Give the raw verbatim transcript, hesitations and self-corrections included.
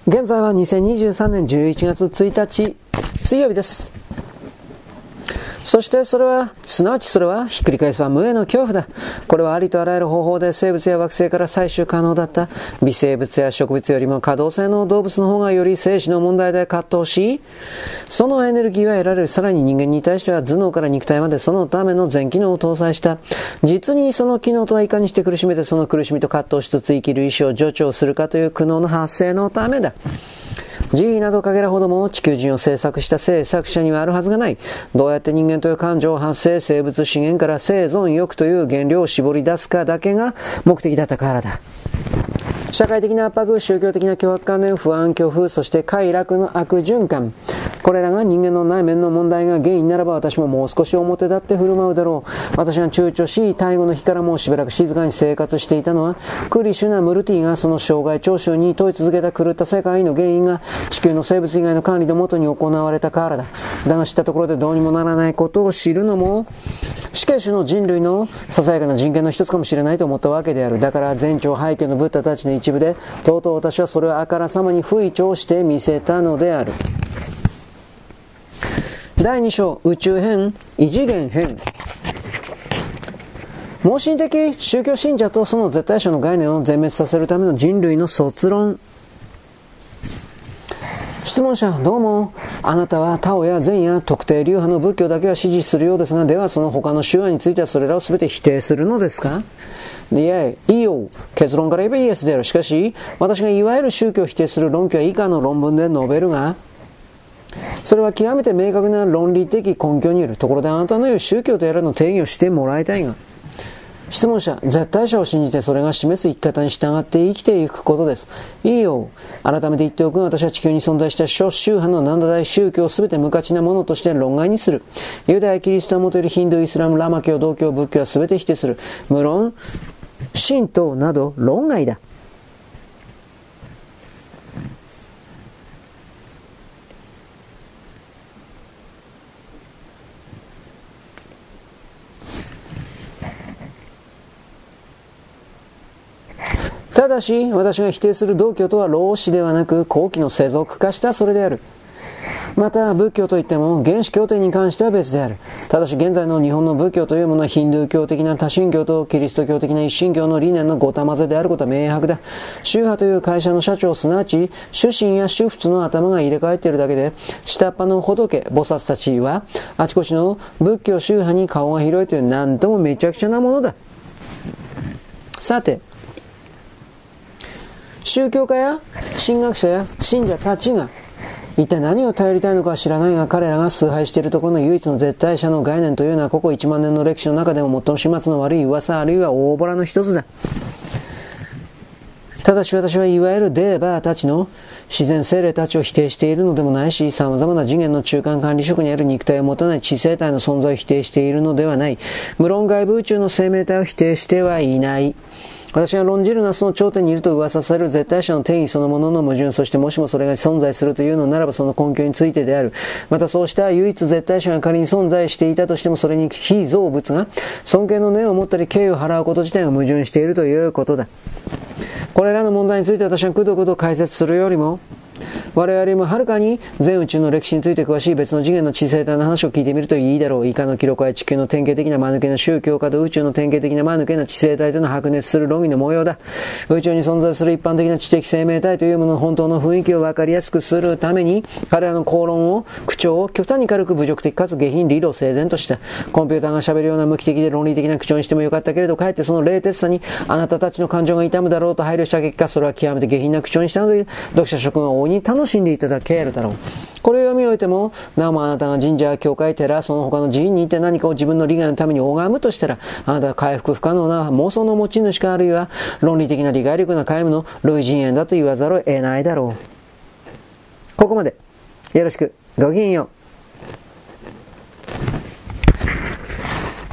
現在はにせんにじゅうさんねんじゅういちがつついたち水曜日です。そしてそれは、すなわちそれは、ひっくり返せば無への恐怖だ。これはありとあらゆる方法で生物や惑星から採取可能だった微生物や植物よりも可動性の動物の方がより生死の問題で葛藤し、そのエネルギーは得られる。さらに人間に対しては頭脳から肉体までそのための全機能を搭載した。実にその機能とはいかにして苦しめてその苦しみと葛藤しつつ生きる意志を助長するかという苦悩の発生のためだ。慈悲などかけらほども地球人を制作した制作者にはあるはずがない。どうやって人間という感情を発生、生物資源から生存欲という原料を絞り出すかだけが目的だったからだ。社会的な圧迫、宗教的な脅迫観念、不安、恐怖、そして快楽の悪循環。これらが人間の内面の問題が原因ならば私ももう少し表立って振る舞うだろう。私が躊躇し、大後の日からもうしばらく静かに生活していたのは、クリシュナ・ムルティがその生涯聴衆に問い続けた狂った世界の原因が地球の生物以外の管理のもとに行われたからだ。だが知ったところでどうにもならないことを知るのも、死刑種の人類のささやかな人権の一つかもしれないと思ったわけである。だから前朝廃墟のブッダたちの一部で、とうとう私はそれをあからさまに吹聴してみせたのである。だいに章、宇宙編、異次元編。盲信的宗教信者とその絶対者の概念を全滅させるための人類の卒論。質問者、どうも。あなたはタオや禅や特定流派の仏教だけは支持するようですが、ではその他の宗派についてはそれらを全て否定するのですか？いや、いいよ。結論から言えばイエスである。しかし、私がいわゆる宗教を否定する論拠は以下の論文で述べるが、それは極めて明確な論理的根拠による。ところであなたの言う宗教とやらの定義をしてもらいたいが、質問者、絶対者を信じてそれが示す生き方に従って生きていくことです。いいよ。改めて言っておくが、私は地球に存在した諸宗派の何大宗教をすべて無価値なものとして論外にする。ユダヤ、キリストはもとよりヒンドゥー、イスラム、ラマ教、道教、仏教はすべて否定する。無論、神道など論外だ。ただし、私が否定する道教とは老子ではなく、後期の世俗化したそれである。また、仏教といっても、原始経典に関しては別である。ただし、現在の日本の仏教というものは、ヒンドゥー教的な多神教とキリスト教的な一神教の理念のごたまぜであることは明白だ。宗派という会社の社長、すなわち、主神や主仏の頭が入れ替えているだけで、下っ端の仏、菩薩たちは、あちこちの仏教宗派に顔が広いという、なんともめちゃくちゃなものだ。さて、宗教家や神学者や信者たちが一体何を頼りたいのかは知らないが、彼らが崇拝しているところの唯一の絶対者の概念というのは、ここいちまんねんの歴史の中でも最も始末の悪い噂、あるいは大ボラの一つだ。ただし私はいわゆるデーバーたちの自然生霊たちを否定しているのでもないし、様々な次元の中間管理職にある肉体を持たない知性体の存在を否定しているのではない。無論外部宇宙の生命体を否定してはいない。私が論じるのはその頂点にいると噂される絶対者の定義そのものの矛盾、そしてもしもそれが存在するというのならばその根拠についてである。またそうした唯一絶対者が仮に存在していたとしても、それに非造物が尊敬の念を持ったり敬意を払うこと自体が矛盾しているということだ。これらの問題について私はくどくど解説するよりも、我々もはるかに全宇宙の歴史について詳しい別の次元の知性体の話を聞いてみるといいだろう。以下の記録は地球の典型的な間抜けな宗教家と宇宙の典型的な間抜けな知性体との白熱する論議の模様だ。宇宙に存在する一般的な知的生命体というものの本当の雰囲気を分かりやすくするために、彼らの口論を、口調を極端に軽く侮辱的かつ下品理路整然とした。コンピューターが喋るような無機的で論理的な口調にしてもよかったけれど、かえってその冷徹さにあなたたちの感情が痛むだろうと配慮した結果、それは極めて下品な口調にしたので、読者諸君は大いに楽しんでいただけるだろう。これを読み終えても、なおもあなたが神社、教会、寺、その他の寺院にいて何かを自分の利害のために拝むとしたら、あなたは回復不可能な妄想の持ち主か、あるいは論理的な理解力が皆無の類人猿だと言わざるを得ないだろう。ここまで。よろしく。ごきげんよう。